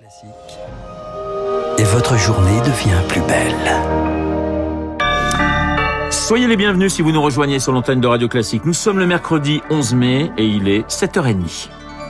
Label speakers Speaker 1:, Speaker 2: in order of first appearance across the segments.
Speaker 1: Classique. Et votre journée devient plus belle.
Speaker 2: Soyez les bienvenus si vous nous rejoignez sur l'antenne de Radio Classique. Nous sommes le mercredi 11 mai et il est 7h30.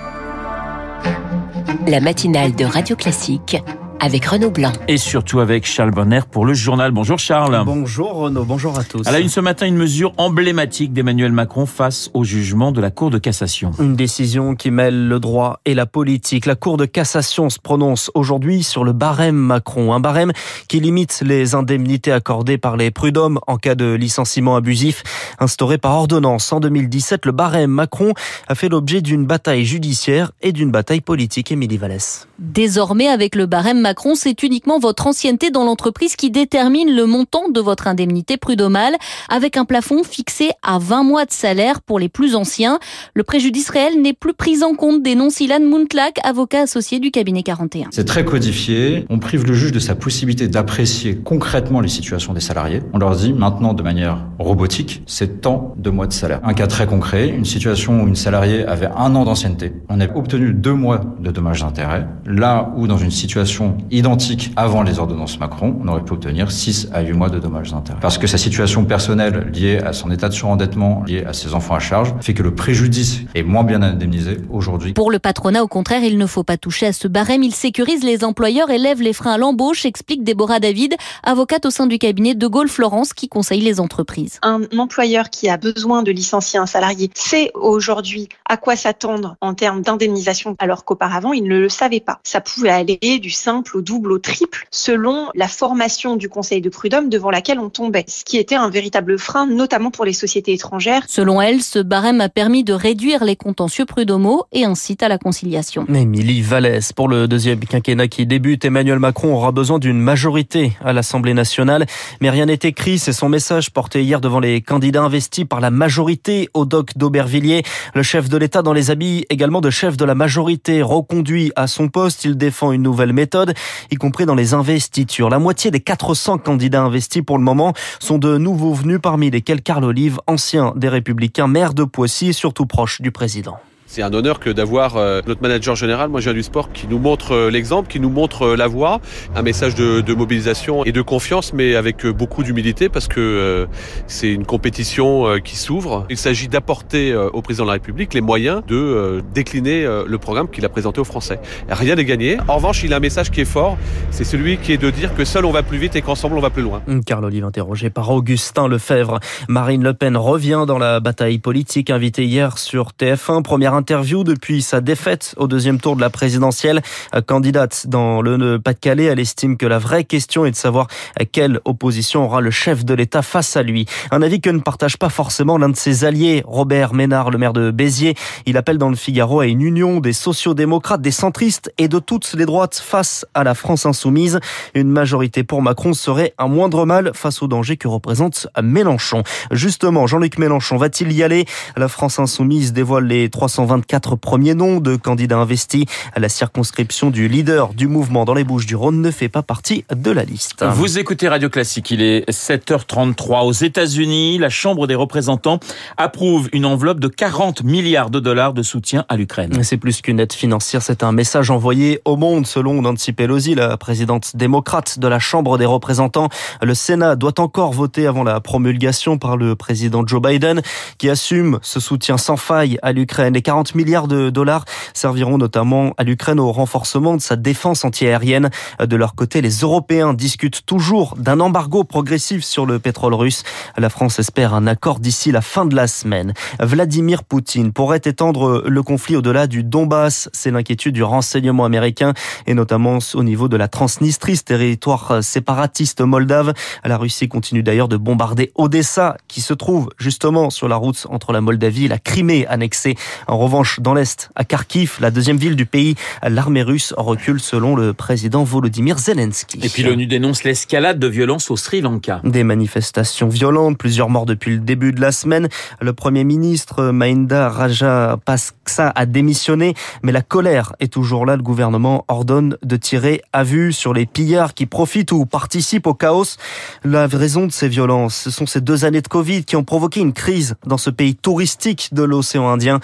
Speaker 3: La matinale de Radio Classique avec Renaud Blanc.
Speaker 2: Et surtout avec Charles Bonner pour le journal. Bonjour Charles.
Speaker 4: Bonjour Renaud, bonjour à tous.
Speaker 2: À la une ce matin, une mesure emblématique d'Emmanuel Macron face au jugement de la Cour de cassation.
Speaker 4: Une décision qui mêle le droit et la politique. La Cour de cassation se prononce aujourd'hui sur le barème Macron. Un barème qui limite les indemnités accordées par les prud'hommes en cas de licenciement abusif. Instauré par ordonnance en 2017, le barème Macron a fait l'objet d'une bataille judiciaire et d'une bataille politique. Émilie Vallès.
Speaker 5: Désormais, avec le barème Macron, c'est uniquement votre ancienneté dans l'entreprise qui détermine le montant de votre indemnité prud'homale, avec un plafond fixé à 20 mois de salaire pour les plus anciens. Le préjudice réel n'est plus pris en compte, dénonce Ilan Muntlak, avocat associé du cabinet 41.
Speaker 6: C'est très codifié. On prive le juge de sa possibilité d'apprécier concrètement les situations des salariés. On leur dit maintenant de manière robotique, c'est tant de mois de salaire. Un cas très concret, une situation où une salariée avait 1 an d'ancienneté. On a obtenu 2 mois de dommages d'intérêt. Là où dans une situation identique avant les ordonnances Macron, on aurait pu obtenir 6 à 8 mois de dommages d'intérêt. Parce que sa situation personnelle liée à son état de surendettement, liée à ses enfants à charge, fait que le préjudice est moins bien indemnisé aujourd'hui.
Speaker 5: Pour le patronat, au contraire, il ne faut pas toucher à ce barème. Il sécurise les employeurs et lève les freins à l'embauche, explique Déborah David, avocate au sein du cabinet de Gaulle-Florence qui conseille les entreprises.
Speaker 7: Un employeur qui a besoin de licencier un salarié sait aujourd'hui à quoi s'attendre en termes d'indemnisation, alors qu'auparavant, il ne le savait pas. Ça pouvait aller du simple au double, au triple, selon la formation du conseil de prud'homme devant laquelle on tombait. Ce qui était un véritable frein, notamment pour les sociétés étrangères.
Speaker 5: Selon elle, ce barème a permis de réduire les contentieux prud'homaux et incite à la conciliation.
Speaker 4: Émilie Vallès, pour le deuxième quinquennat qui débute, Emmanuel Macron aura besoin d'une majorité à l'Assemblée nationale. Mais rien n'est écrit, c'est son message porté hier devant les candidats investis par la majorité au doc d'Aubervilliers. Le chef de l'État dans les habits également de chef de la majorité, reconduit à son poste. Il défend une nouvelle méthode, y compris dans les investitures. La moitié des 400 candidats investis pour le moment sont de nouveaux venus, parmi lesquels Carl Olive, ancien des Républicains, maire de Poissy et surtout proche du président.
Speaker 8: C'est un honneur que d'avoir notre manager général, moi je viens du sport, qui nous montre l'exemple, qui nous montre la voie, un message de mobilisation et de confiance, mais avec beaucoup d'humilité parce que c'est une compétition qui s'ouvre. Il s'agit d'apporter au président de la République les moyens de décliner le programme qu'il a présenté aux Français. Rien n'est gagné. En revanche, il a un message qui est fort, c'est celui qui est de dire que seul on va plus vite et qu'ensemble on va plus loin.
Speaker 4: Carl Olive interrogé par Augustin Lefebvre. Marine Le Pen revient dans la bataille politique, invitée hier sur TF1. Première interview depuis sa défaite au deuxième tour de la présidentielle. Candidate dans le Pas-de-Calais, elle estime que la vraie question est de savoir quelle opposition aura le chef de l'État face à lui. Un avis que ne partage pas forcément l'un de ses alliés, Robert Ménard, le maire de Béziers. Il appelle dans le Figaro à une union des sociodémocrates, des centristes et de toutes les droites face à la France insoumise. Une majorité pour Macron serait un moindre mal face au danger que représente Mélenchon. Justement, Jean-Luc Mélenchon va-t-il y aller? La France insoumise dévoile les 324 premiers noms de candidats investis. La circonscription du leader du mouvement dans les Bouches-du-Rhône ne fait pas partie de la liste.
Speaker 2: Vous écoutez Radio Classique, il est 7h33. Aux États-Unis, la Chambre des représentants approuve une enveloppe de 40 milliards de dollars de soutien à l'Ukraine.
Speaker 4: C'est plus qu'une aide financière, c'est un message envoyé au monde selon Nancy Pelosi, la présidente démocrate de la Chambre des représentants. Le Sénat doit encore voter avant la promulgation par le président Joe Biden qui assume ce soutien sans faille à l'Ukraine. Les 40 milliards de dollars serviront notamment à l'Ukraine au renforcement de sa défense antiaérienne. De leur côté, les Européens discutent toujours d'un embargo progressif sur le pétrole russe. La France espère un accord d'ici la fin de la semaine. Vladimir Poutine pourrait étendre le conflit au-delà du Donbass. C'est l'inquiétude du renseignement américain et notamment au niveau de la Transnistrie, territoire séparatiste moldave. La Russie continue d'ailleurs de bombarder Odessa, qui se trouve justement sur la route entre la Moldavie et la Crimée annexée. En revanche, dans l'Est, à Kharkiv, la deuxième ville du pays, l'armée russe recule selon le président Volodymyr Zelensky.
Speaker 2: Et puis l'ONU dénonce l'escalade de violence au Sri Lanka.
Speaker 4: Des manifestations violentes, plusieurs morts depuis le début de la semaine. Le Premier ministre Mahinda Rajapaksa a démissionné, mais la colère est toujours là. Le gouvernement ordonne de tirer à vue sur les pillards qui profitent ou participent au chaos. La raison de ces violences, ce sont ces 2 années de Covid qui ont provoqué une crise dans ce pays touristique de l'océan Indien. Un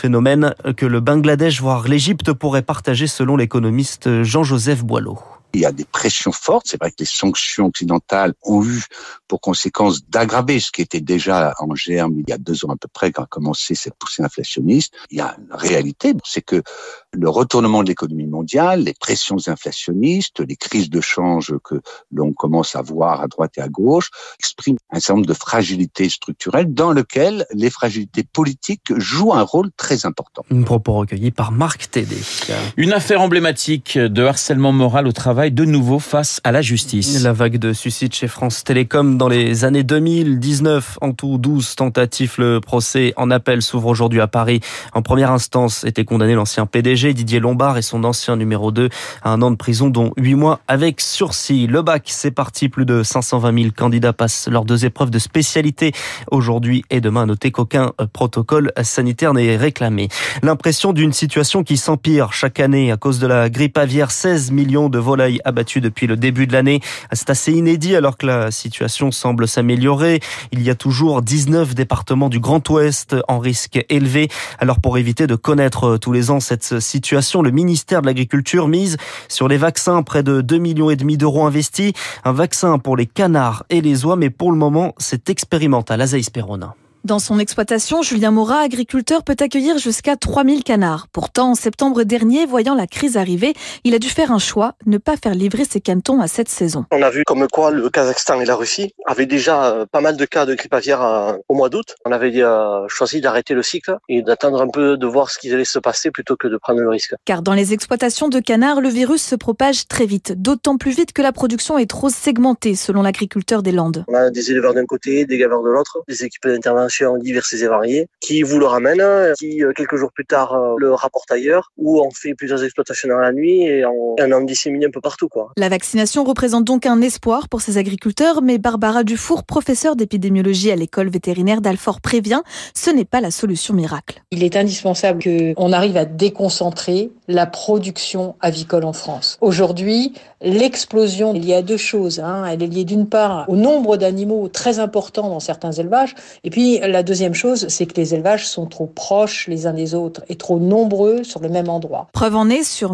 Speaker 4: phénomène que le Bangladesh, voire l'Égypte, pourrait partager selon l'économiste Jean-Joseph Boileau.
Speaker 9: Il y a des pressions fortes. C'est vrai que les sanctions occidentales ont eu pour conséquence d'aggraver ce qui était déjà en germe il y a 2 ans à peu près quand a commencé cette poussée inflationniste. Il y a une réalité, c'est que le retournement de l'économie mondiale, les pressions inflationnistes, les crises de change que l'on commence à voir à droite et à gauche, expriment un certain nombre de fragilités structurelles dans lesquelles les fragilités politiques jouent un rôle très important.
Speaker 4: Un propos recueilli par Marc Tédé.
Speaker 2: Une affaire emblématique de harcèlement moral au travail de nouveau face à la justice.
Speaker 4: La vague de suicides chez France Télécom dans les années 2019. En tout, 12 tentatives. Le procès en appel s'ouvre aujourd'hui à Paris. En première instance, était condamné l'ancien PDG Didier Lombard et son ancien numéro 2 à 1 an de prison, dont 8 mois avec sursis. Le bac, c'est parti. Plus de 520 000 candidats passent leurs 2 épreuves de spécialité aujourd'hui et demain. Notez qu'aucun protocole sanitaire n'est réclamé. L'impression d'une situation qui s'empire chaque année à cause de la grippe aviaire. 16 millions de volailles abattus depuis le début de l'année. C'est assez inédit alors que la situation semble s'améliorer. Il y a toujours 19 départements du Grand Ouest en risque élevé. Alors pour éviter de connaître tous les ans cette situation, le ministère de l'Agriculture mise sur les vaccins. Près de 2,5 millions d'euros investis. Un vaccin pour les canards et les oies, mais pour le moment, c'est expérimental. Azaïs Perronin.
Speaker 10: Dans son exploitation, Julien Morat, agriculteur, peut accueillir jusqu'à 3000 canards. Pourtant, en septembre dernier, voyant la crise arriver, il a dû faire un choix, ne pas faire livrer ses canetons à cette saison.
Speaker 11: On a vu comme quoi le Kazakhstan et la Russie avaient déjà pas mal de cas de grippe aviaire au mois d'août. On avait choisi d'arrêter le cycle et d'attendre un peu de voir ce qui allait se passer plutôt que de prendre le risque.
Speaker 10: Car dans les exploitations de canards, le virus se propage très vite, d'autant plus vite que la production est trop segmentée, selon l'agriculteur des Landes.
Speaker 11: On a des éleveurs d'un côté, des gaveurs de l'autre, des équipes d'intervention diverses et variées, qui vous le ramènent, qui quelques jours plus tard le rapportent ailleurs, ou on fait plusieurs exploitations dans la nuit et on en dissémine un peu partout, quoi.
Speaker 10: La vaccination représente donc un espoir pour ces agriculteurs, mais Barbara Dufour, professeure d'épidémiologie à l'école vétérinaire d'Alfort, prévient, ce n'est pas la solution miracle.
Speaker 12: Il est indispensable qu'on arrive à déconcentrer la production avicole en France. Aujourd'hui, l'explosion est liée à 2 choses. Elle est liée d'une part au nombre d'animaux très important dans certains élevages, et puis la deuxième chose, c'est que les élevages sont trop proches les uns des autres et trop nombreux sur le même endroit.
Speaker 10: Preuve en est, sur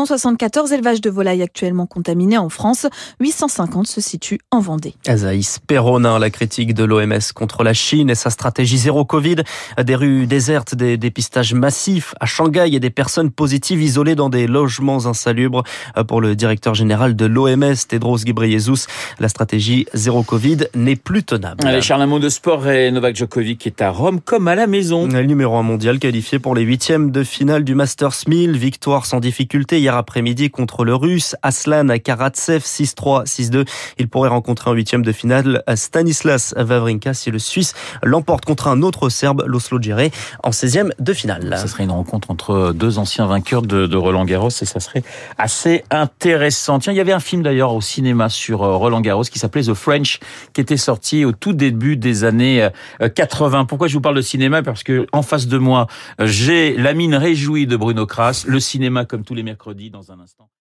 Speaker 10: 1374 élevages de volailles actuellement contaminés en France, 850 se situent en Vendée.
Speaker 4: Azaïs Perronin, la critique de l'OMS contre la Chine et sa stratégie zéro Covid. Des rues désertes, des dépistages massifs à Shanghai et des personnes positives isolées dans des logements insalubres. Pour le directeur général de l'OMS, Tedros Ghebreyesus, la stratégie zéro Covid n'est plus tenable.
Speaker 2: Allez, Charles, un mot de sport et Novak Djokovic est à Rome comme à la maison.
Speaker 4: Le numéro 1 mondial qualifié pour les 8e de finale du Masters 1000. Victoire sans difficulté hier après-midi contre le Russe Aslan Karatsev 6-3, 6-2. Il pourrait rencontrer en 8e de finale Stanislas Wawrinka si le Suisse l'emporte contre un autre Serbe, Laslo Djere, en 16e de finale.
Speaker 2: Ça serait une rencontre entre 2 anciens vainqueurs de Roland Garros et ça serait assez intéressant. Tiens, il y avait un film d'ailleurs au cinéma sur Roland Garros qui s'appelait The French, qui était sorti au tout début des années 80. Pourquoi je vous parle de cinéma? Parce que en face de moi, j'ai la mine réjouie de Bruno Kras. Le cinéma comme tous les mercredis dans un instant.